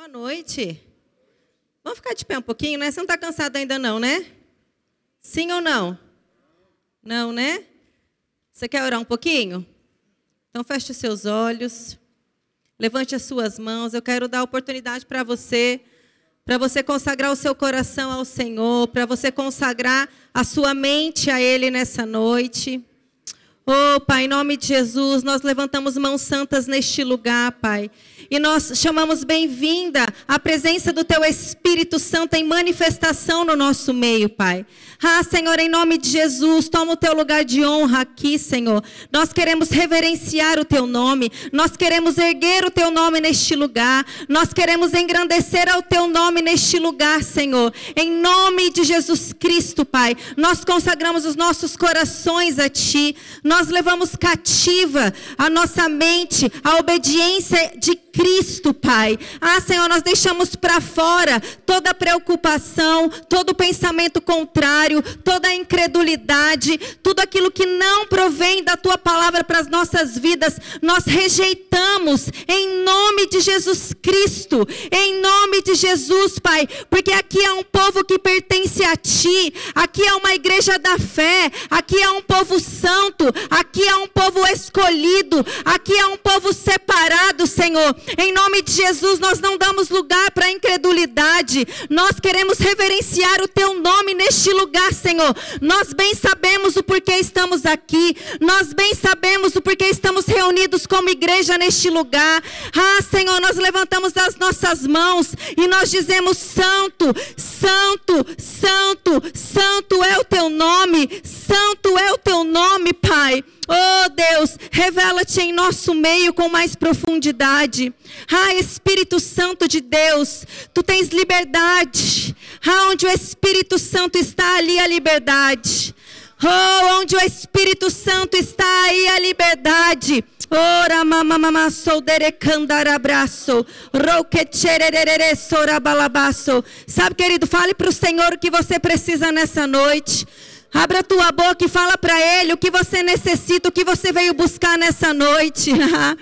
Boa noite. Vamos ficar de pé um pouquinho, né? Você não está cansado ainda não, né? Sim ou não? Não, né? Você quer orar um pouquinho? Então feche os seus olhos. Levante as suas mãos. Eu quero dar a oportunidade para você consagrar o seu coração ao Senhor, para você consagrar a sua mente a Ele nessa noite. Oh, Pai, em nome de Jesus, nós levantamos mãos santas neste lugar, Pai. E nós chamamos bem-vinda a presença do Teu Espírito Santo em manifestação no nosso meio, Pai. Ah, Senhor, em nome de Jesus, toma o Teu lugar de honra aqui, Senhor. Nós queremos reverenciar o Teu nome. Nós queremos erguer o Teu nome neste lugar. Nós queremos engrandecer ao Teu nome neste lugar, Senhor. Em nome de Jesus Cristo, Pai, nós consagramos os nossos corações a Ti. Nós levamos cativa a nossa mente, a obediência de Cristo, Pai. Ah, Senhor, nós deixamos para fora toda preocupação, todo pensamento contrário, toda incredulidade, tudo aquilo que não provém da Tua palavra para as nossas vidas, nós rejeitamos em nome de Jesus Cristo, em nome de Jesus, Pai, porque aqui é um povo que pertence a Ti, aqui é uma igreja da fé, aqui é um povo santo, aqui é um povo escolhido, aqui é um povo separado, Senhor. Em nome de Jesus, nós não damos lugar para a incredulidade. Nós queremos reverenciar o Teu nome neste lugar, Senhor. Nós bem sabemos o porquê estamos aqui. Nós bem sabemos o porquê estamos reunidos como igreja neste lugar. Ah, Senhor, nós levantamos as nossas mãos e nós dizemos: Santo, Santo, Santo, Santo é o Teu nome. Santo é o Teu nome, Pai. Oh Deus, revela-te em nosso meio com mais profundidade. Ah, Espírito Santo de Deus, Tu tens liberdade. Ah, onde o Espírito Santo está, ali a liberdade. Oh, onde o Espírito Santo está, aí a liberdade. Ora mamamama solderecandarabraço, roquechererere sorabalabaço. Sabe, querido, fale para o Senhor o que você precisa nessa noite. Abra a tua boca e fala para Ele o que você necessita, o que você veio buscar nessa noite.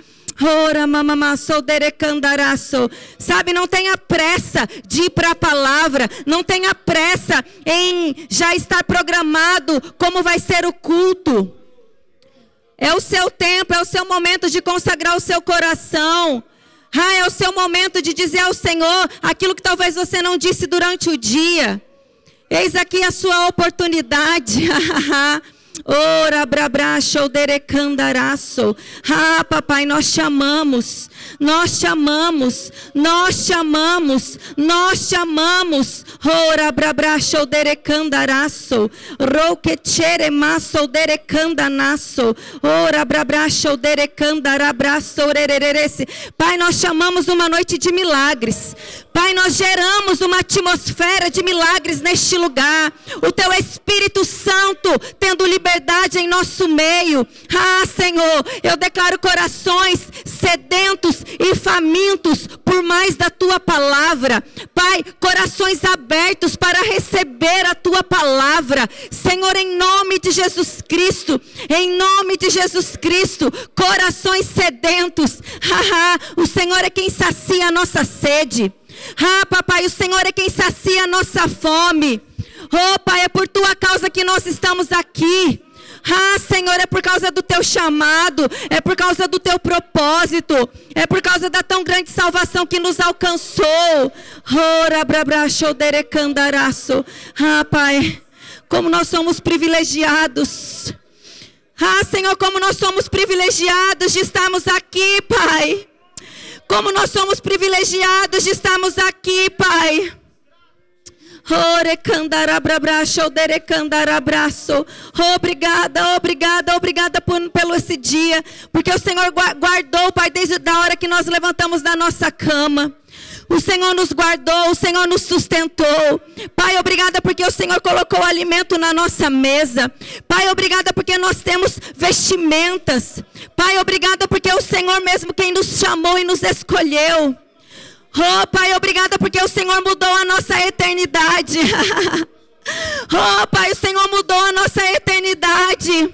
Ora, mamamá, solderecandaraço. Sabe, não tenha pressa de ir para a palavra. Não tenha pressa em já estar programado como vai ser o culto. É o seu tempo, é o seu momento de consagrar o seu coração. Ah, é o seu momento de dizer ao Senhor aquilo que talvez você não disse durante o dia. Eis aqui a sua oportunidade. Ora, brabra, shouderecandaraço. Ah, papai, nós te amamos. Nós te amamos. Nós te amamos. Nós te amamos. Ora, brabra, shouderecandaraço. Roquechere solderecandanaço. Ora, brabra, shouderecandarabraço. Pai, nós chamamos uma noite de milagres. Pai, nós geramos uma atmosfera de milagres neste lugar. O Teu Espírito Santo tendo liberdade em nosso meio. Ah, Senhor, eu declaro corações sedentos e famintos por mais da Tua palavra. Pai, corações abertos para receber a Tua palavra. Senhor, em nome de Jesus Cristo, em nome de Jesus Cristo, corações sedentos. O Senhor é quem sacia a nossa sede. Ah, papai, o Senhor é quem sacia a nossa fome. Oh, Pai, é por Tua causa que nós estamos aqui. Ah, Senhor, é por causa do Teu chamado, é por causa do Teu propósito, é por causa da tão grande salvação que nos alcançou. Ora, brabra, shouderecandaraço. Ah, Pai, como nós somos privilegiados. Ah, Senhor, como nós somos privilegiados de estarmos aqui, Pai. Como nós somos privilegiados de estarmos aqui, Pai. Obrigada, obrigada, obrigada pelo esse dia. Porque o Senhor guardou, Pai, desde a hora que nós levantamos da nossa cama. O Senhor nos guardou, o Senhor nos sustentou. Pai, obrigada porque o Senhor colocou alimento na nossa mesa. Pai, obrigada porque nós temos vestimentas. Pai, obrigada porque é o Senhor mesmo quem nos chamou e nos escolheu. Oh, Pai, obrigada porque o Senhor mudou a nossa eternidade. Oh, Pai, o Senhor mudou a nossa eternidade.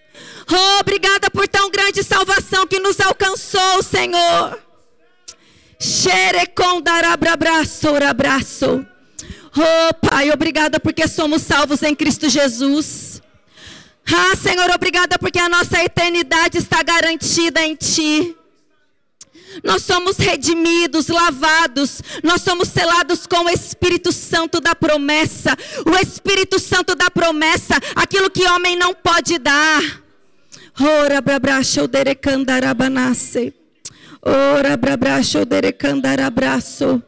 Oh, obrigada por tão grande salvação que nos alcançou, Senhor. Xerecondarabraço. Oh, Pai, obrigada porque somos salvos em Cristo Jesus. Ah, Senhor, obrigada porque a nossa eternidade está garantida em Ti. Nós somos redimidos, lavados, nós somos selados com o Espírito Santo da promessa. O Espírito Santo da promessa, aquilo que homem não pode dar. Ora brabracho derecandarabanase. Ora brabracho derecandarabraço.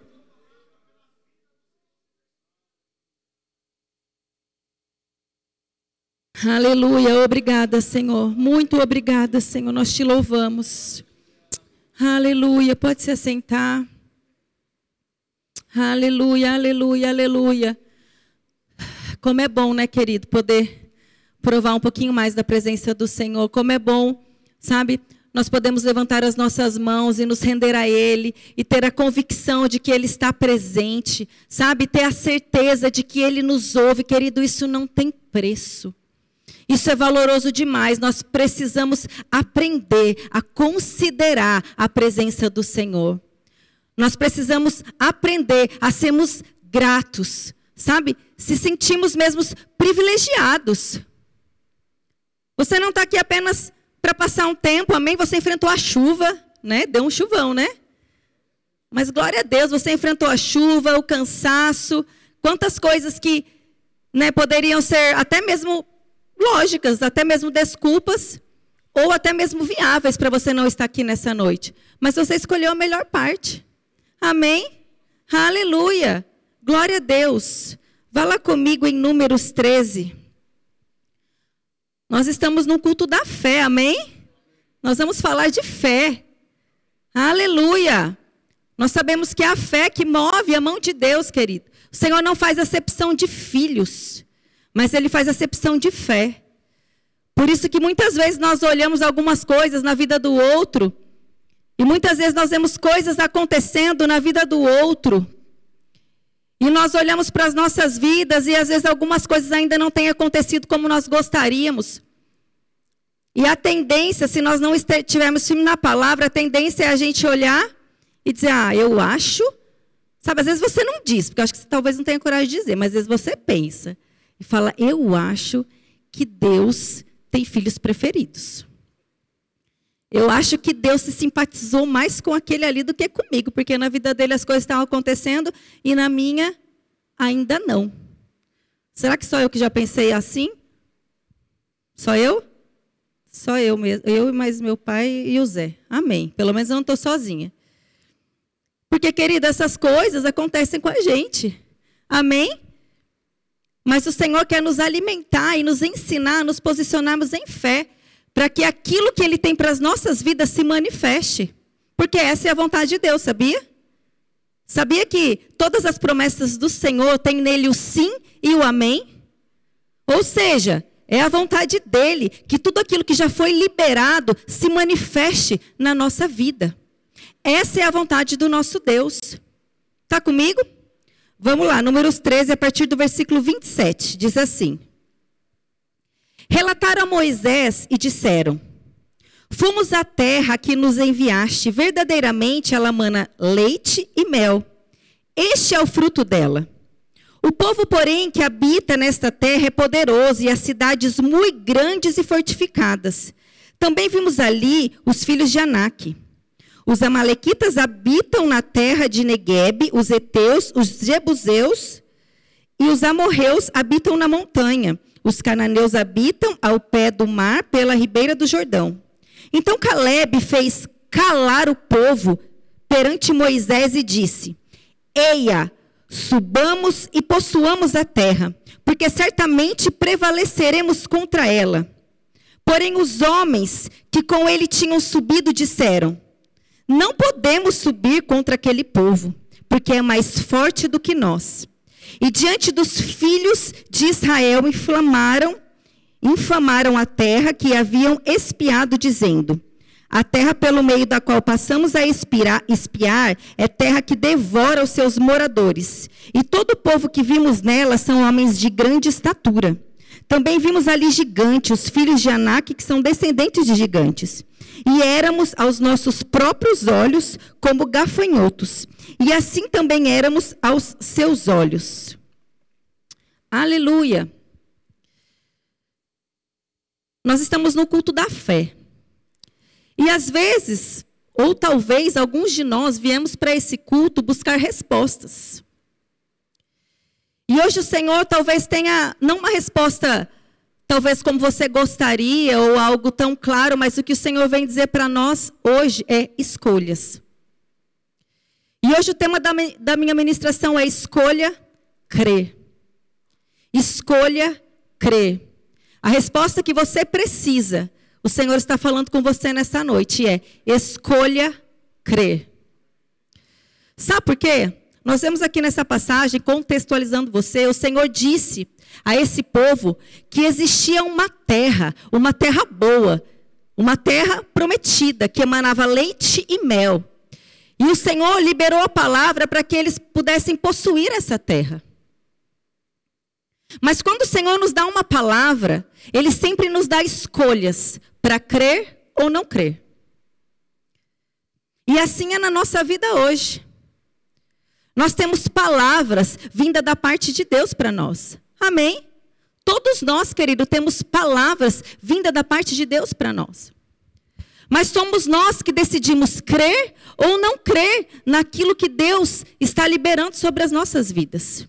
Aleluia, obrigada, Senhor. Muito obrigada, Senhor. Nós te louvamos. Aleluia, pode se assentar. Aleluia, aleluia, aleluia. Como é bom, né, querido, poder provar um pouquinho mais da presença do Senhor. Como é bom, sabe, nós podemos levantar as nossas mãos e nos render a Ele e ter a convicção de que Ele está presente, sabe, ter a certeza de que Ele nos ouve. Querido, isso não tem preço. Isso é valoroso demais. Nós precisamos aprender a considerar a presença do Senhor. Nós precisamos aprender a sermos gratos, sabe? Se sentimos mesmo privilegiados. Você não está aqui apenas para passar um tempo, amém? Você enfrentou a chuva, né? Deu um chuvão, né? Mas glória a Deus, você enfrentou a chuva, o cansaço. Quantas coisas que, né, poderiam ser até mesmo lógicas, até mesmo desculpas, ou até mesmo viáveis para você não estar aqui nessa noite. Mas você escolheu a melhor parte. Amém? Aleluia. Glória a Deus. Vá lá comigo em Números 13. Nós estamos no culto da fé, amém? Nós vamos falar de fé. Aleluia. Nós sabemos que é a fé que move a mão de Deus, querido. O Senhor não faz acepção de filhos, mas Ele faz acepção de fé. Por isso que muitas vezes nós olhamos algumas coisas na vida do outro, e muitas vezes nós vemos coisas acontecendo na vida do outro, e nós olhamos para as nossas vidas, e às vezes algumas coisas ainda não têm acontecido como nós gostaríamos. E a tendência, se nós não estivermos firmes na palavra, a tendência é a gente olhar e dizer, eu acho. Sabe, às vezes você não diz, porque eu acho que você talvez não tenha coragem de dizer, mas às vezes você pensa. E fala, eu acho que Deus tem filhos preferidos. Eu acho que Deus se simpatizou mais com aquele ali do que comigo, porque na vida dele as coisas estavam acontecendo e na minha ainda não. Será que só eu que já pensei assim? Só eu? Só eu mesmo. Eu e mais meu pai e o Zé. Amém. Pelo menos eu não estou sozinha. Porque, querida, essas coisas acontecem com a gente. Amém? Mas o Senhor quer nos alimentar e nos ensinar a nos posicionarmos em fé, para que aquilo que Ele tem para as nossas vidas se manifeste. Porque essa é a vontade de Deus, sabia? Sabia que todas as promessas do Senhor têm nele o sim e o amém? Ou seja, é a vontade dEle que tudo aquilo que já foi liberado se manifeste na nossa vida. Essa é a vontade do nosso Deus. Está comigo? Vamos lá, Números 13, a partir do versículo 27, diz assim. Relataram a Moisés e disseram, fomos à terra que nos enviaste, verdadeiramente ela mana leite e mel. Este é o fruto dela. O povo, porém, que habita nesta terra é poderoso e as cidades muito grandes e fortificadas. Também vimos ali os filhos de Anak. Os amalequitas habitam na terra de Neguebe, os heteus, os jebuseus e os amorreus habitam na montanha. Os cananeus habitam ao pé do mar pela ribeira do Jordão. Então Calebe fez calar o povo perante Moisés e disse, eia, subamos e possuamos a terra, porque certamente prevaleceremos contra ela. Porém os homens que com ele tinham subido disseram, não podemos subir contra aquele povo, porque é mais forte do que nós. E diante dos filhos de Israel infamaram a terra que haviam espiado, dizendo, a terra pelo meio da qual passamos a espiar é terra que devora os seus moradores. E todo o povo que vimos nela são homens de grande estatura. também vimos ali gigantes, os filhos de Anak, que são descendentes de gigantes. E éramos aos nossos próprios olhos como gafanhotos. E assim também éramos aos seus olhos. Aleluia. Nós estamos no culto da fé. E às vezes, ou talvez alguns de nós viemos para esse culto buscar respostas. E hoje o Senhor talvez tenha, não uma resposta, talvez como você gostaria, ou algo tão claro, mas o que o Senhor vem dizer para nós hoje é escolhas. E hoje o tema da minha ministração é escolha crer. Escolha crer. A resposta que você precisa, o Senhor está falando com você nessa noite, é escolha crer. Sabe por quê? Nós vemos aqui nessa passagem, contextualizando você, o Senhor disse a esse povo que existia uma terra boa, uma terra prometida, que emanava leite e mel. E o Senhor liberou a palavra para que eles pudessem possuir essa terra. Mas quando o Senhor nos dá uma palavra, Ele sempre nos dá escolhas para crer ou não crer. E assim é na nossa vida hoje. Nós temos palavras vindas da parte de Deus para nós. Amém? Todos nós, querido, temos palavras vindas da parte de Deus para nós. Mas somos nós que decidimos crer ou não crer naquilo que Deus está liberando sobre as nossas vidas.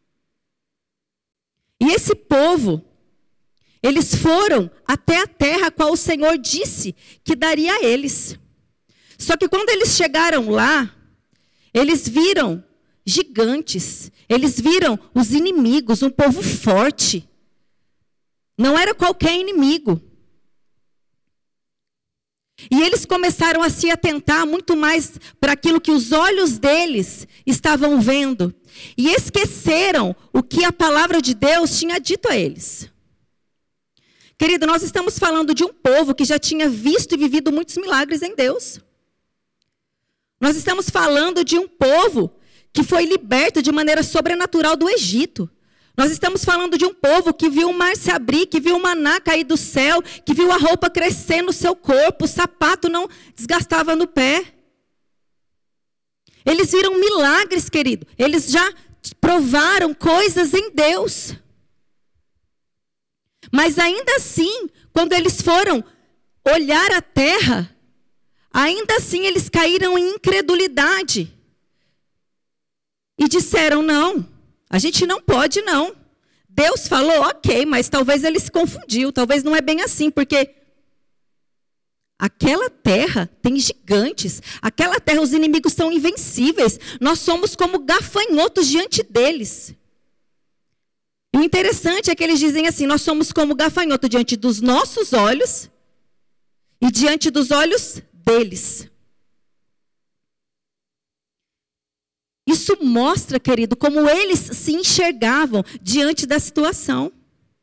E esse povo, eles foram até a terra a qual o Senhor disse que daria a eles. Só que quando eles chegaram lá, eles viram gigantes, eles viram os inimigos, um povo forte. Não era qualquer inimigo. E eles começaram a se atentar muito mais para aquilo que os olhos deles estavam vendo. E esqueceram o que a palavra de Deus tinha dito a eles. Querido, nós estamos falando de um povo que já tinha visto e vivido muitos milagres em Deus. Nós estamos falando de um povo que foi liberto de maneira sobrenatural do Egito. Nós estamos falando de um povo que viu o mar se abrir, que viu o maná cair do céu, que viu a roupa crescer no seu corpo, o sapato não desgastava no pé. Eles viram milagres, querido. Eles já provaram coisas em Deus. Mas ainda assim, quando eles foram olhar a terra, ainda assim eles caíram em incredulidade. E disseram, não, a gente não pode não. Deus falou, ok, mas talvez ele se confundiu, talvez não é bem assim, porque aquela terra tem gigantes, aquela terra os inimigos são invencíveis, nós somos como gafanhotos diante deles. E o interessante é que eles dizem assim, nós somos como gafanhoto diante dos nossos olhos e diante dos olhos deles. Isso mostra, querido, como eles se enxergavam diante da situação.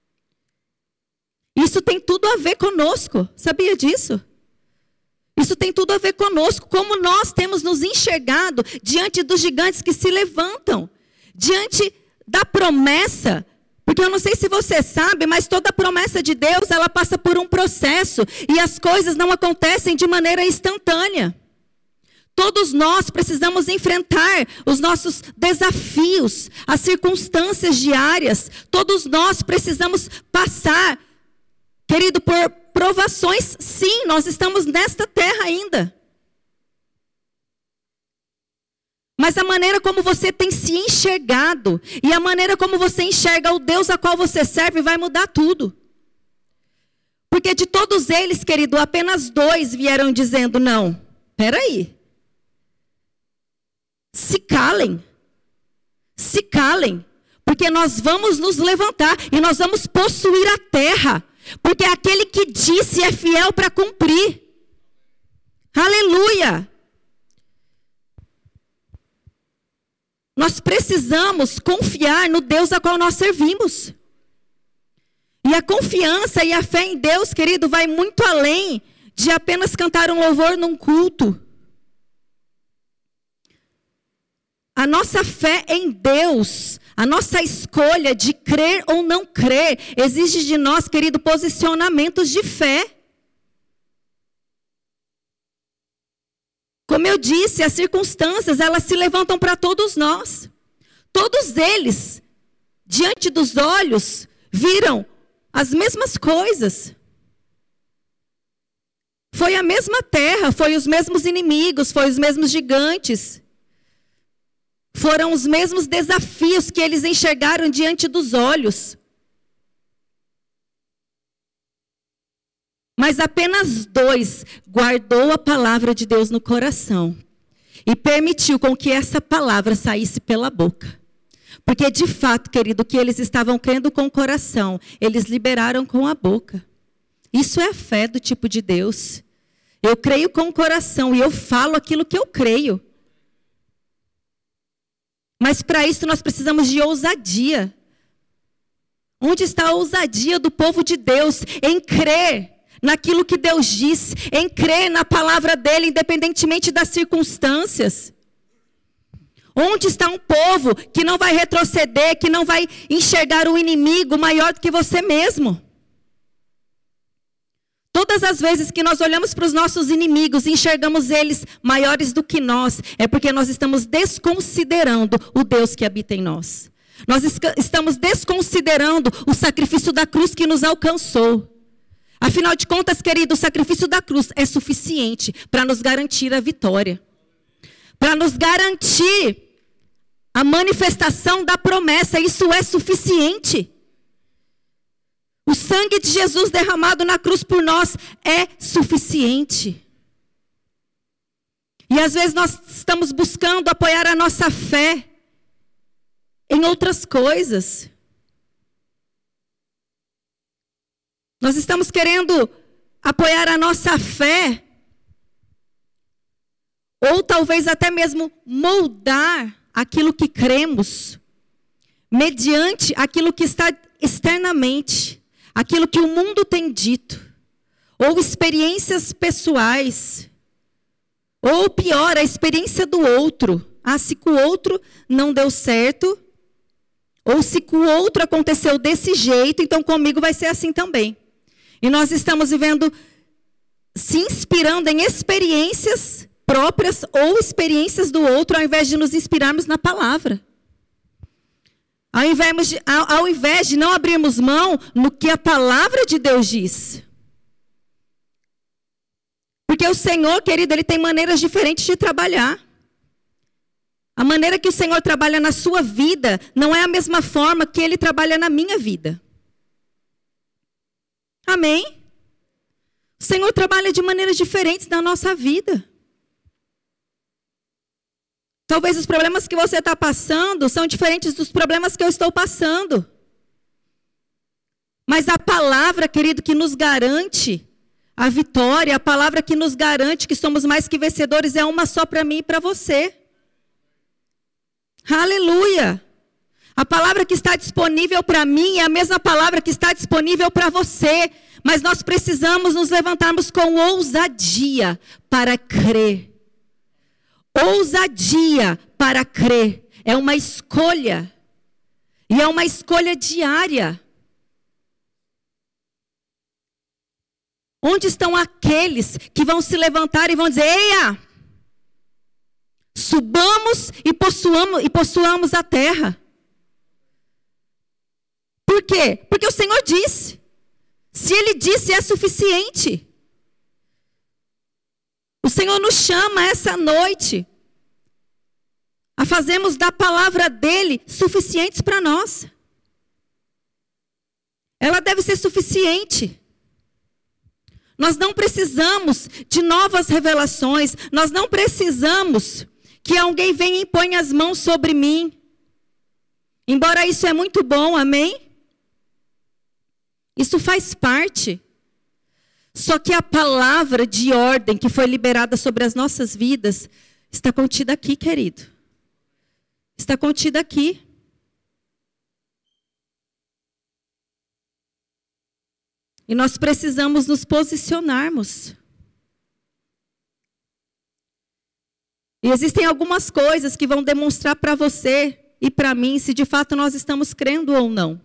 Isso tem tudo a ver conosco, sabia disso? Isso tem tudo a ver conosco, como nós temos nos enxergado diante dos gigantes que se levantam, diante da promessa. Porque eu não sei se você sabe, mas toda promessa de Deus, ela passa por um processo e as coisas não acontecem de maneira instantânea. Todos nós precisamos enfrentar os nossos desafios, as circunstâncias diárias. Todos nós precisamos passar, querido, por provações. Sim, nós estamos nesta terra ainda. Mas a maneira como você tem se enxergado e a maneira como você enxerga o Deus a qual você serve vai mudar tudo. Porque de todos eles, querido, apenas 2 vieram dizendo, não, peraí. Se calem, porque nós vamos nos levantar e nós vamos possuir a terra, porque aquele que disse é fiel para cumprir. Aleluia! Nós precisamos confiar no Deus a qual nós servimos. E a confiança e a fé em Deus, querido, vai muito além de apenas cantar um louvor num culto. A nossa fé em Deus, a nossa escolha de crer ou não crer, exige de nós, querido, posicionamentos de fé. Como eu disse, as circunstâncias, elas se levantam para todos nós. Todos eles, diante dos olhos, viram as mesmas coisas. Foi a mesma terra, foi os mesmos inimigos, foi os mesmos gigantes. Foram os mesmos desafios que eles enxergaram diante dos olhos. Mas apenas 2 guardou a palavra de Deus no coração e permitiu com que essa palavra saísse pela boca. Porque de fato, querido, o que eles estavam crendo com o coração, eles liberaram com a boca. Isso é a fé do tipo de Deus. Eu creio com o coração e eu falo aquilo que eu creio. Mas para isso nós precisamos de ousadia. Onde está a ousadia do povo de Deus em crer naquilo que Deus diz, em crer na palavra dele, independentemente das circunstâncias? Onde está um povo que não vai retroceder, que não vai enxergar o inimigo maior do que você mesmo? Todas as vezes que nós olhamos para os nossos inimigos e enxergamos eles maiores do que nós, é porque nós estamos desconsiderando o Deus que habita em nós. Nós estamos desconsiderando o sacrifício da cruz que nos alcançou. Afinal de contas, querido, o sacrifício da cruz é suficiente para nos garantir a vitória. Para nos garantir a manifestação da promessa, isso é suficiente. O sangue de Jesus derramado na cruz por nós é suficiente. E às vezes nós estamos buscando apoiar a nossa fé em outras coisas. Nós estamos querendo apoiar a nossa fé, ou talvez até mesmo moldar aquilo que cremos, mediante aquilo que está externamente, aquilo que o mundo tem dito, ou experiências pessoais, ou pior, a experiência do outro. Ah, se com o outro não deu certo, ou se com o outro aconteceu desse jeito, então comigo vai ser assim também. E nós estamos vivendo, se inspirando em experiências próprias ou experiências do outro, ao invés de nos inspirarmos na palavra. Ao invés de não abrirmos mão no que a palavra de Deus diz. Porque o Senhor, querido, Ele tem maneiras diferentes de trabalhar. A maneira que o Senhor trabalha na sua vida não é a mesma forma que Ele trabalha na minha vida. Amém? O Senhor trabalha de maneiras diferentes na nossa vida. Talvez os problemas que você está passando são diferentes dos problemas que eu estou passando. Mas a palavra, querido, que nos garante a vitória, a palavra que nos garante que somos mais que vencedores é uma só para mim e para você. Aleluia! A palavra que está disponível para mim é a mesma palavra que está disponível para você. Mas nós precisamos nos levantarmos com ousadia para crer. Ousadia para crer. É uma escolha. E é uma escolha diária. Onde estão aqueles que vão se levantar e vão dizer: eia! Subamos e possuamos a terra. Por quê? Porque o Senhor disse. Se Ele disse, é suficiente. O Senhor nos chama essa noite a fazermos da palavra dEle suficientes para nós. Ela deve ser suficiente. Nós não precisamos de novas revelações. Nós não precisamos que alguém venha e ponha as mãos sobre mim. Embora isso é muito bom, amém? Isso faz parte. Só que a palavra de ordem que foi liberada sobre as nossas vidas está contida aqui, querido. Está contida aqui. E nós precisamos nos posicionarmos. E existem algumas coisas que vão demonstrar para você e para mim se de fato nós estamos crendo ou não.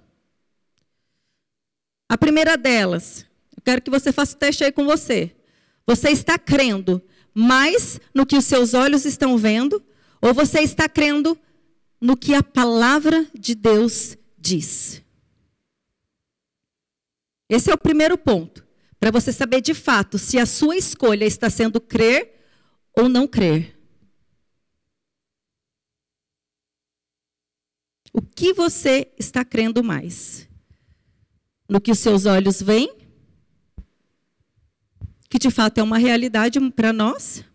A primeira delas, eu quero que você faça o teste aí com você. Você está crendo mais no que os seus olhos estão vendo ou você está crendo no que a palavra de Deus diz? Esse é o primeiro ponto, para você saber de fato se a sua escolha está sendo crer ou não crer. O que você está crendo mais? No que os seus olhos veem? Que de fato é uma realidade para nós?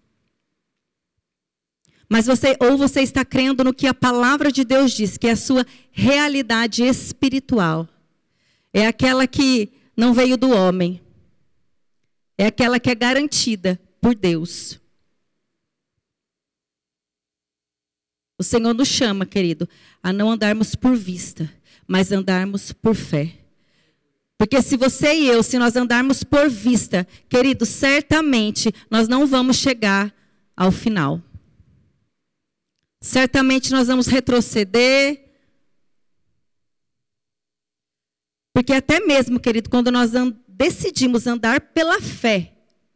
Mas você está crendo no que a palavra de Deus diz, que é a sua realidade espiritual. É aquela que não veio do homem. É aquela que é garantida por Deus. O Senhor nos chama, querido, a não andarmos por vista, mas andarmos por fé. Porque se você e eu, se nós andarmos por vista, querido, certamente nós não vamos chegar ao final. Certamente nós vamos retroceder. Porque até mesmo, querido, quando nós decidimos andar pela fé,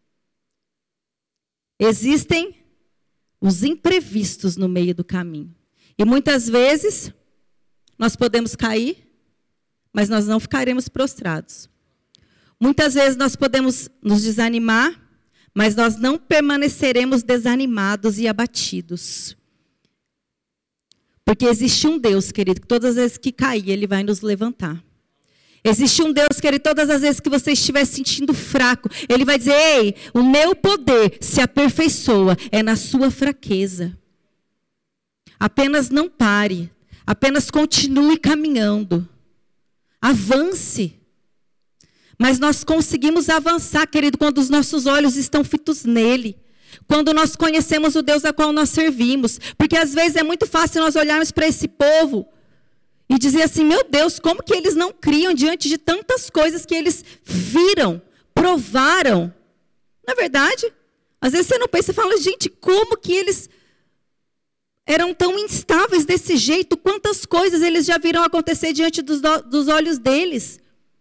existem os imprevistos no meio do caminho. E muitas vezes nós podemos cair, mas nós não ficaremos prostrados. Muitas vezes nós podemos nos desanimar, mas nós não permaneceremos desanimados e abatidos. Porque existe um Deus, querido, que todas as vezes que cair, Ele vai nos levantar. Existe um Deus, querido, todas as vezes que você estiver se sentindo fraco, Ele vai dizer, ei, o meu poder se aperfeiçoa, é na sua fraqueza. Apenas não pare, apenas continue caminhando. Avance. Mas nós conseguimos avançar, querido, quando os nossos olhos estão fitos nele. Quando nós conhecemos o Deus a qual nós servimos. Porque às vezes é muito fácil nós olharmos para esse povo e dizer assim, meu Deus, como que eles não criam diante de tantas coisas que eles viram, provaram. Não é verdade? Às vezes você não pensa e fala, gente, como que eles eram tão instáveis desse jeito? Quantas coisas eles já viram acontecer diante dos olhos deles?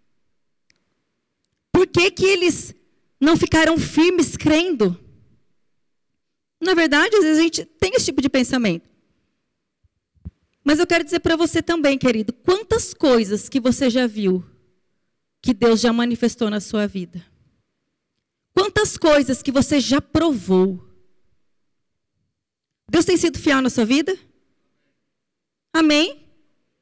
Por que que eles não ficaram firmes crendo? Na verdade, às vezes a gente tem esse tipo de pensamento. Mas eu quero dizer para você também, querido, quantas coisas que você já viu que Deus já manifestou na sua vida? Quantas coisas que você já provou? Deus tem sido fiel na sua vida? Amém?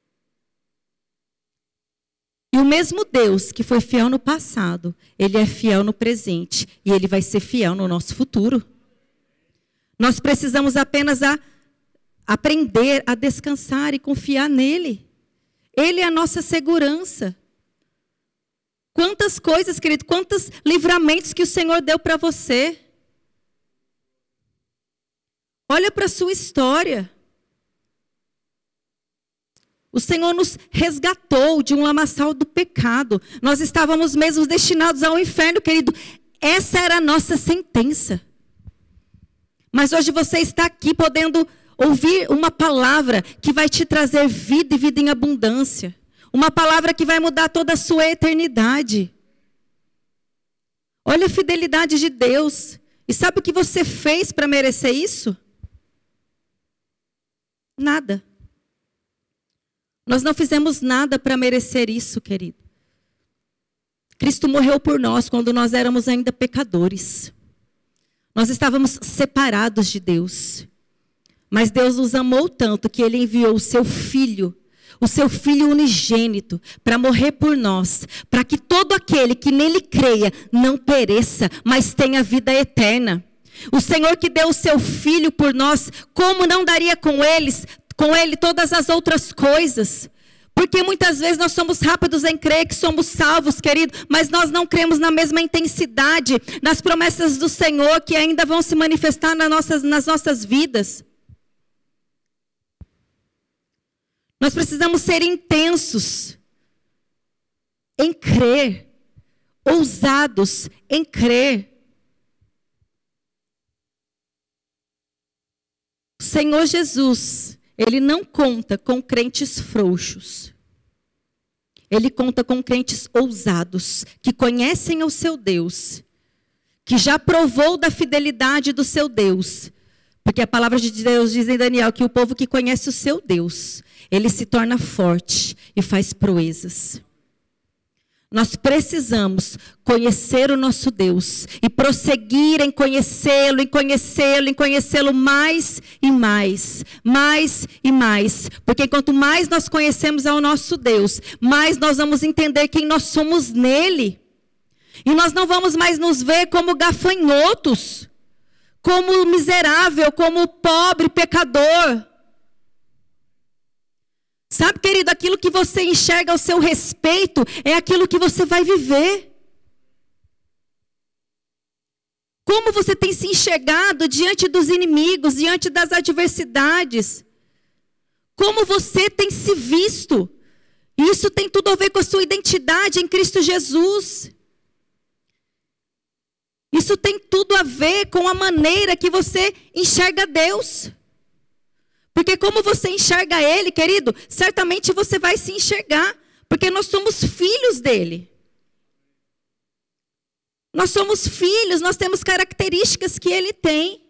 E o mesmo Deus que foi fiel no passado, Ele é fiel no presente e Ele vai ser fiel no nosso futuro. Nós precisamos apenas aprender a descansar e confiar nele. Ele é a nossa segurança. Quantas coisas, querido, quantos livramentos que o Senhor deu para você. Olha para a sua história. O Senhor nos resgatou de um lamaçal do pecado. Nós estávamos mesmo destinados ao inferno, querido. Essa era a nossa sentença. Mas hoje você está aqui podendo ouvir uma palavra que vai te trazer vida e vida em abundância. Uma palavra que vai mudar toda a sua eternidade. Olha a fidelidade de Deus. E sabe o que você fez para merecer isso? Nada. Nós não fizemos nada para merecer isso, querido. Cristo morreu por nós quando nós éramos ainda pecadores. Nós estávamos separados de Deus. Mas Deus nos amou tanto que Ele enviou o seu Filho unigênito, para morrer por nós, para que todo aquele que nele creia não pereça, mas tenha vida eterna. O Senhor que deu o seu Filho por nós, como não daria com Ele todas as outras coisas? Porque muitas vezes nós somos rápidos em crer que somos salvos, querido, mas nós não cremos na mesma intensidade nas promessas do Senhor que ainda vão se manifestar nas nossas vidas. Nós precisamos ser intensos em crer, ousados em crer. O Senhor Jesus, Ele não conta com crentes frouxos. Ele conta com crentes ousados, que conhecem o seu Deus, que já provou da fidelidade do seu Deus. Porque a palavra de Deus diz em Daniel que o povo que conhece o seu Deus, ele se torna forte e faz proezas. Nós precisamos conhecer o nosso Deus e prosseguir em conhecê-lo, em conhecê-lo, em conhecê-lo mais e mais, mais e mais. Porque quanto mais nós conhecemos ao nosso Deus, mais nós vamos entender quem nós somos nele. E nós não vamos mais nos ver como gafanhotos, como miserável, como pobre, pecador. Sabe, querido, aquilo que você enxerga ao seu respeito é aquilo que você vai viver. Como você tem se enxergado diante dos inimigos, diante das adversidades? Como você tem se visto? Isso tem tudo a ver com a sua identidade em Cristo Jesus. Isso tem tudo a ver com a maneira que você enxerga Deus. Porque como você enxerga Ele, querido, certamente você vai se enxergar. Porque nós somos filhos dEle. Nós somos filhos, nós temos características que Ele tem.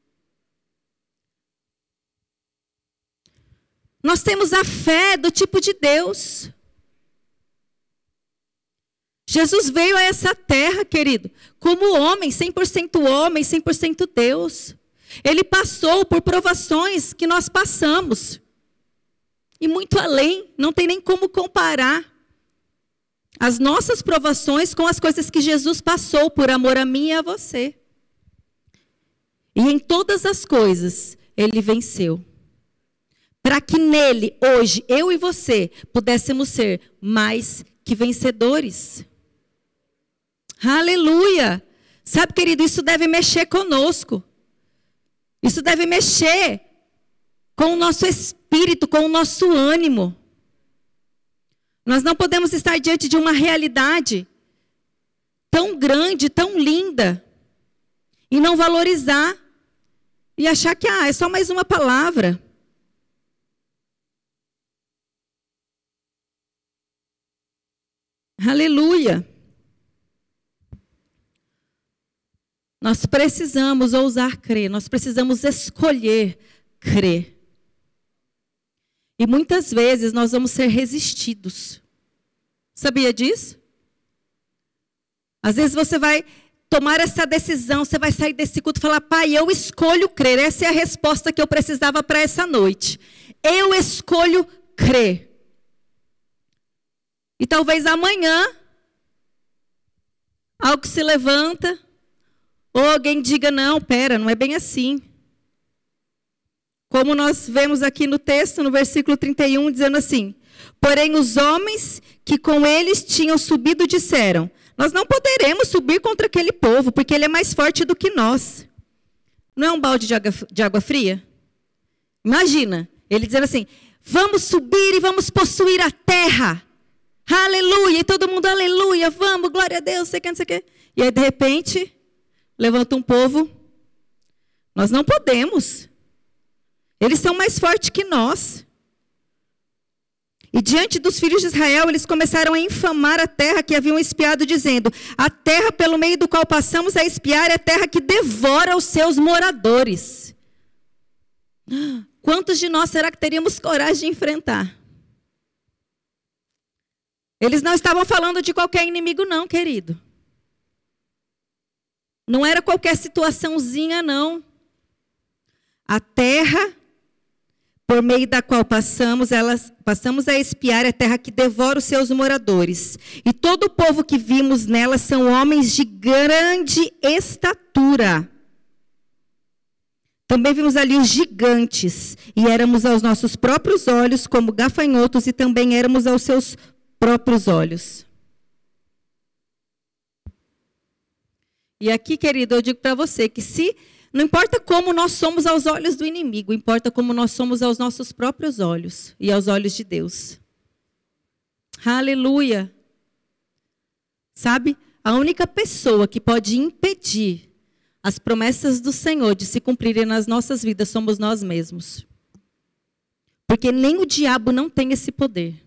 Nós temos a fé do tipo de Deus. Jesus veio a essa terra, querido, como homem, 100% Deus. Ele passou por provações que nós passamos. E muito além, não tem nem como comparar as nossas provações com as coisas que Jesus passou por amor a mim e a você. E em todas as coisas, Ele venceu. Para que nele, hoje, eu e você, pudéssemos ser mais que vencedores. Aleluia! Sabe, querido, isso deve mexer conosco. Isso deve mexer com o nosso espírito, com o nosso ânimo. Nós não podemos estar diante de uma realidade tão grande, tão linda, e não valorizar, e achar que é só mais uma palavra. Aleluia! Nós precisamos ousar crer, nós precisamos escolher crer. E muitas vezes nós vamos ser resistidos. Sabia disso? Às vezes você vai tomar essa decisão, você vai sair desse culto e falar: Pai, eu escolho crer. Essa é a resposta que eu precisava para essa noite. Eu escolho crer. E talvez amanhã, algo se levanta, ou alguém diga: não, pera, não é bem assim. Como nós vemos aqui no texto, no versículo 31, dizendo assim: porém os homens que com eles tinham subido disseram: nós não poderemos subir contra aquele povo, porque ele é mais forte do que nós. Não é um balde de água fria? Imagina, ele dizendo assim: vamos subir e vamos possuir a terra. Aleluia, e todo mundo, aleluia, vamos, glória a Deus, não sei o que. E aí, de repente, levanta um povo: nós não podemos. Eles são mais fortes que nós. E diante dos filhos de Israel, eles começaram a infamar a terra que haviam espiado, dizendo: a terra pelo meio do qual passamos a espiar é a terra que devora os seus moradores. Quantos de nós será que teríamos coragem de enfrentar? Eles não estavam falando de qualquer inimigo não, querido. Não era qualquer situaçãozinha, não. A terra por meio da qual passamos a espiar a terra que devora os seus moradores. E todo o povo que vimos nela são homens de grande estatura. Também vimos ali os gigantes, e éramos aos nossos próprios olhos como gafanhotos, e também éramos aos seus próprios olhos. E aqui, querido, eu digo para você que não importa como nós somos aos olhos do inimigo, importa como nós somos aos nossos próprios olhos e aos olhos de Deus. Aleluia! Sabe, a única pessoa que pode impedir as promessas do Senhor de se cumprirem nas nossas vidas somos nós mesmos. Porque nem o diabo não tem esse poder.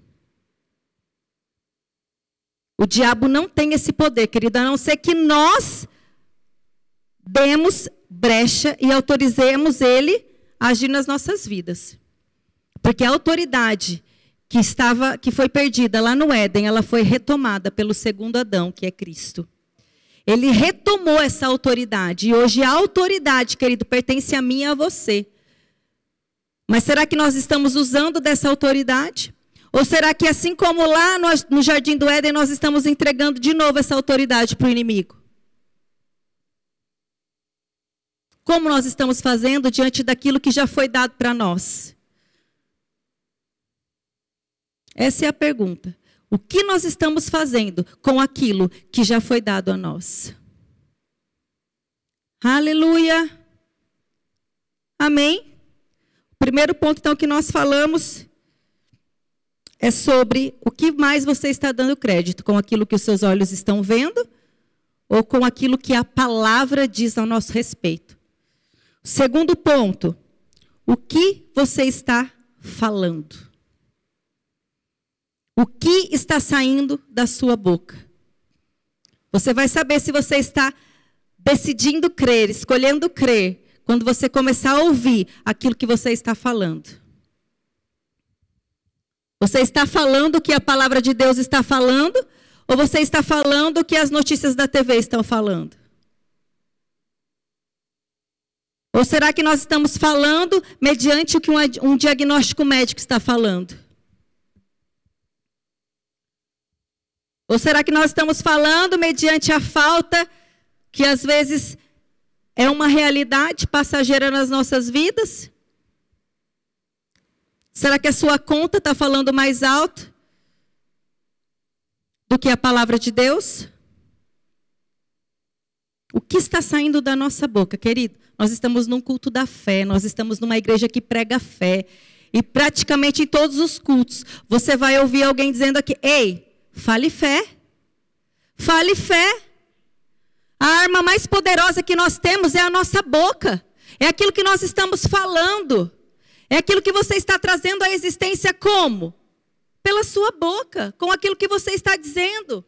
O diabo não tem esse poder, querido, a não ser que nós demos brecha e autorizemos ele a agir nas nossas vidas. Porque a autoridade que foi perdida lá no Éden, ela foi retomada pelo segundo Adão, que é Cristo. Ele retomou essa autoridade. E hoje a autoridade, querido, pertence a mim e a você. Mas será que nós estamos usando dessa autoridade? Ou será que assim como lá no Jardim do Éden, nós estamos entregando de novo essa autoridade para o inimigo? Como nós estamos fazendo diante daquilo que já foi dado para nós? Essa é a pergunta. O que nós estamos fazendo com aquilo que já foi dado a nós? Aleluia. Amém? O primeiro ponto, então, que nós falamos é sobre o que mais você está dando crédito, com aquilo que os seus olhos estão vendo ou com aquilo que a palavra diz ao nosso respeito. O segundo ponto, o que você está falando? O que está saindo da sua boca? Você vai saber se você está decidindo crer, escolhendo crer, quando você começar a ouvir aquilo que você está falando. Você está falando o que a palavra de Deus está falando, ou você está falando o que as notícias da TV estão falando? Ou será que nós estamos falando mediante o que um diagnóstico médico está falando? Ou será que nós estamos falando mediante a falta, que às vezes é uma realidade passageira nas nossas vidas? Será que a sua conta está falando mais alto do que a palavra de Deus? O que está saindo da nossa boca, querido? Nós estamos num culto da fé, nós estamos numa igreja que prega fé. E praticamente em todos os cultos, você vai ouvir alguém dizendo aqui, ei, fale fé. Fale fé. A arma mais poderosa que nós temos é a nossa boca. É aquilo que nós estamos falando. É aquilo que você está trazendo à existência como? Pela sua boca, com aquilo que você está dizendo.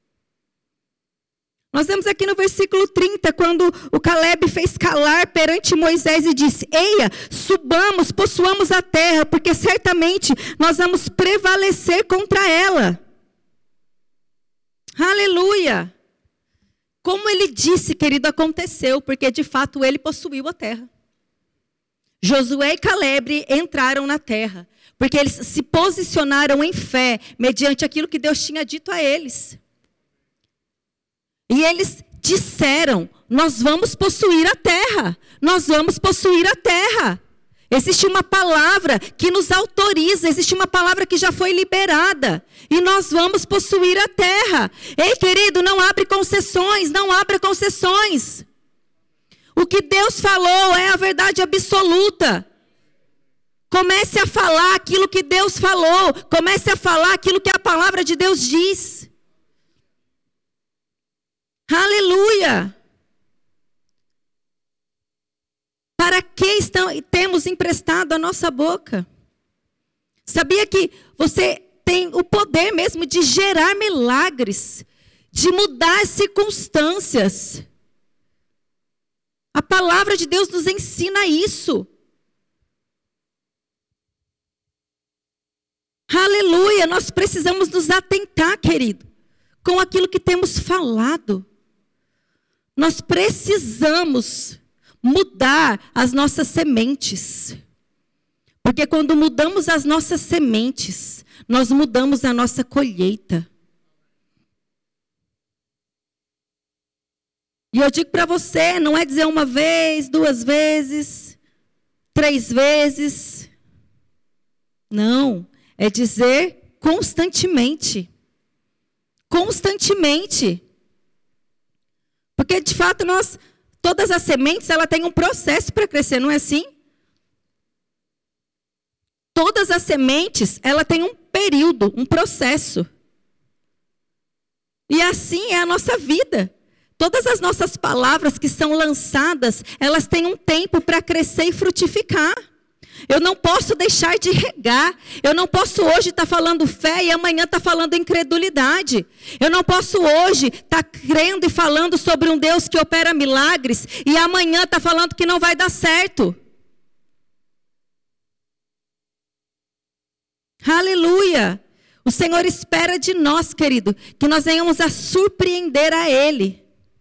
Nós vemos aqui no versículo 30, quando o Caleb fez calar perante Moisés e disse, eia, subamos, possuamos a terra, porque certamente nós vamos prevalecer contra ela. Aleluia! Como ele disse, querido, aconteceu, porque de fato ele possuiu a terra. Josué e Caleb entraram na terra, porque eles se posicionaram em fé, mediante aquilo que Deus tinha dito a eles. E eles disseram, nós vamos possuir a terra, nós vamos possuir a terra. Existe uma palavra que nos autoriza, existe uma palavra que já foi liberada. E nós vamos possuir a terra. Ei, querido, não abre concessões, não abra concessões. O que Deus falou é a verdade absoluta. Comece a falar aquilo que Deus falou. Comece a falar aquilo que a palavra de Deus diz. Aleluia! Para que temos emprestado a nossa boca? Sabia que você tem o poder mesmo de gerar milagres, de mudar circunstâncias? A palavra de Deus nos ensina isso. Aleluia! Nós precisamos nos atentar, querido, com aquilo que temos falado. Nós precisamos mudar as nossas sementes. Porque quando mudamos as nossas sementes, nós mudamos a nossa colheita. E eu digo para você, não é dizer uma vez, 2 vezes, 3 vezes. Não, é dizer constantemente. Constantemente. Porque de fato todas as sementes, ela tem um processo para crescer, não é assim? Todas as sementes, ela tem um período, um processo. E assim é a nossa vida. Todas as nossas palavras que são lançadas, elas têm um tempo para crescer e frutificar. Eu não posso deixar de regar. Eu não posso hoje estar falando fé e amanhã estar falando incredulidade. Eu não posso hoje estar crendo e falando sobre um Deus que opera milagres e amanhã estar falando que não vai dar certo. Aleluia! O Senhor espera de nós, querido, que nós venhamos a surpreender a Ele.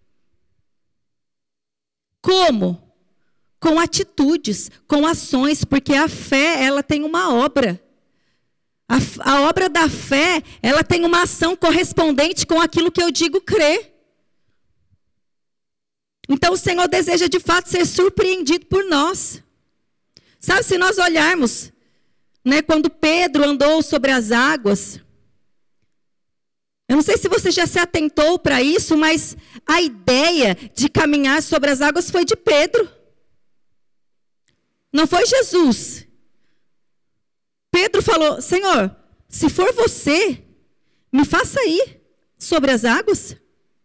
Como? Com atitudes, com ações, porque a fé, ela tem uma obra. A obra da fé, ela tem uma ação correspondente com aquilo que eu digo crer. Então o Senhor deseja de fato ser surpreendido por nós. Sabe, se nós olharmos, né, quando Pedro andou sobre as águas, eu não sei se você já se atentou para isso, mas a ideia de caminhar sobre as águas foi de Pedro. Não foi Jesus. Pedro falou: Senhor, se for você, me faça ir sobre as águas.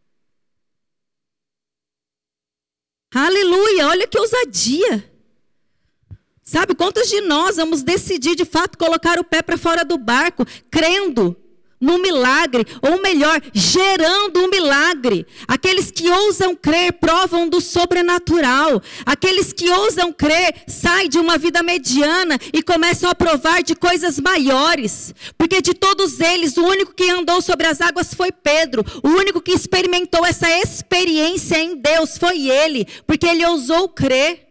Aleluia, olha que ousadia. Sabe, quantos de nós vamos decidir de fato colocar o pé para fora do barco, crendo no milagre, ou melhor, gerando um milagre. Aqueles que ousam crer provam do sobrenatural. Aqueles que ousam crer saem de uma vida mediana e começam a provar de coisas maiores. Porque de todos eles, o único que andou sobre as águas foi Pedro. O único que experimentou essa experiência em Deus foi ele, porque ele ousou crer.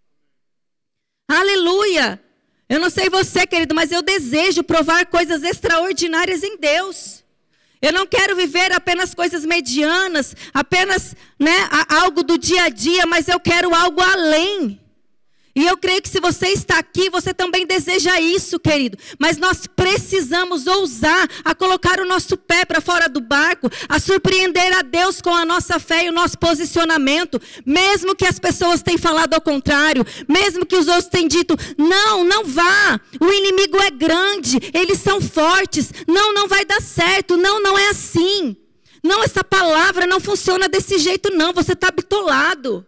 Aleluia! Eu não sei você, querido, mas eu desejo provar coisas extraordinárias em Deus. Eu não quero viver apenas coisas medianas, apenas, algo do dia a dia, mas eu quero algo além. E eu creio que se você está aqui, você também deseja isso, querido. Mas nós precisamos ousar a colocar o nosso pé para fora do barco, a surpreender a Deus com a nossa fé e o nosso posicionamento. Mesmo que as pessoas tenham falado ao contrário, mesmo que os outros tenham dito, não vá, o inimigo é grande, eles são fortes, não vai dar certo, não é assim. Não, essa palavra não funciona desse jeito não, você está bitolado.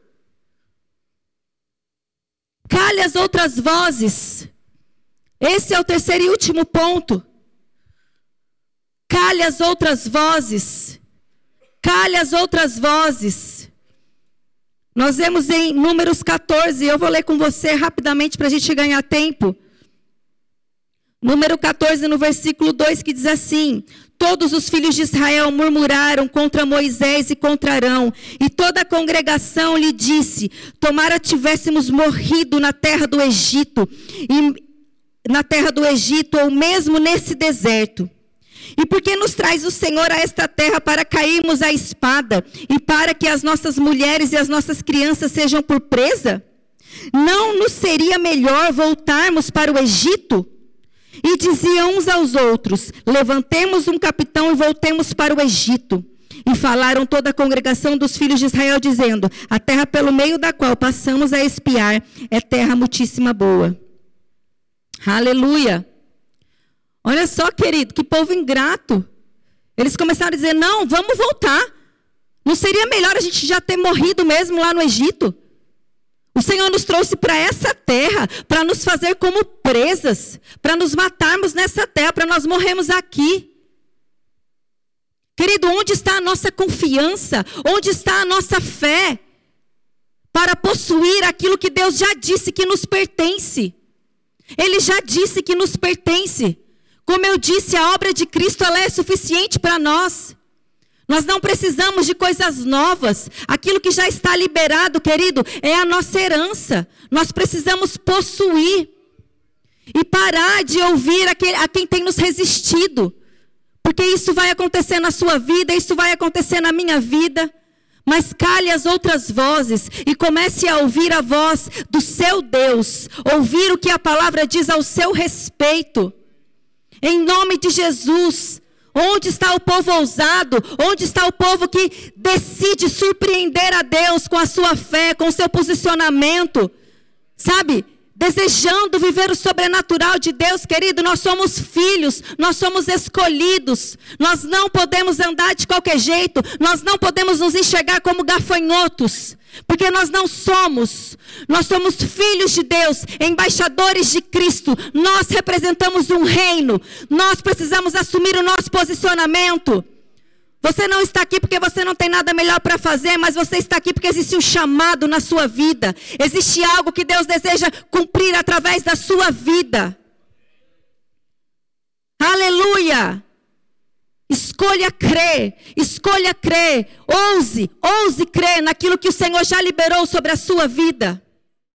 Cale as outras vozes. Esse é o terceiro e último ponto. Cale as outras vozes. Cale as outras vozes. Nós vemos em Números 14, eu vou ler com você rapidamente para a gente ganhar tempo. Número 14, no versículo 2, que diz assim: todos os filhos de Israel murmuraram contra Moisés e contra Arão, e toda a congregação lhe disse: tomara tivéssemos morrido na terra do Egito, ou mesmo nesse deserto. E por que nos traz o Senhor a esta terra para cairmos à espada, e para que as nossas mulheres e as nossas crianças sejam por presa? Não nos seria melhor voltarmos para o Egito? E diziam uns aos outros: levantemos um capitão e voltemos para o Egito. E falaram toda a congregação dos filhos de Israel, dizendo: a terra pelo meio da qual passamos a espiar é terra muitíssima boa. Aleluia. Olha só, querido, que povo ingrato. Eles começaram a dizer: não, vamos voltar. Não seria melhor a gente já ter morrido mesmo lá no Egito? O Senhor nos trouxe para essa terra, para nos fazer como presas, para nos matarmos nessa terra, para nós morrermos aqui. Querido, onde está a nossa confiança? Onde está a nossa fé? Para possuir aquilo que Deus já disse que nos pertence. Ele já disse que nos pertence. Como eu disse, a obra de Cristo, ela é suficiente para nós. Nós não precisamos de coisas novas. Aquilo que já está liberado, querido, é a nossa herança. Nós precisamos possuir. E parar de ouvir a quem tem nos resistido. Porque isso vai acontecer na sua vida, isso vai acontecer na minha vida. Mas cale as outras vozes e comece a ouvir a voz do seu Deus. Ouvir o que a palavra diz ao seu respeito. Em nome de Jesus. Onde está o povo ousado? Onde está o povo que decide surpreender a Deus com a sua fé, com o seu posicionamento? Sabe? desejando viver o sobrenatural de Deus, querido, nós somos filhos, nós somos escolhidos, nós não podemos andar de qualquer jeito, nós não podemos nos enxergar como gafanhotos, porque nós somos filhos de Deus, embaixadores de Cristo, nós representamos um reino, nós precisamos assumir o nosso posicionamento. Você não está aqui porque você não tem nada melhor para fazer, mas você está aqui porque existe um chamado na sua vida. Existe algo que Deus deseja cumprir através da sua vida. Aleluia! Escolha crer, ouse crer naquilo que o Senhor já liberou sobre a sua vida.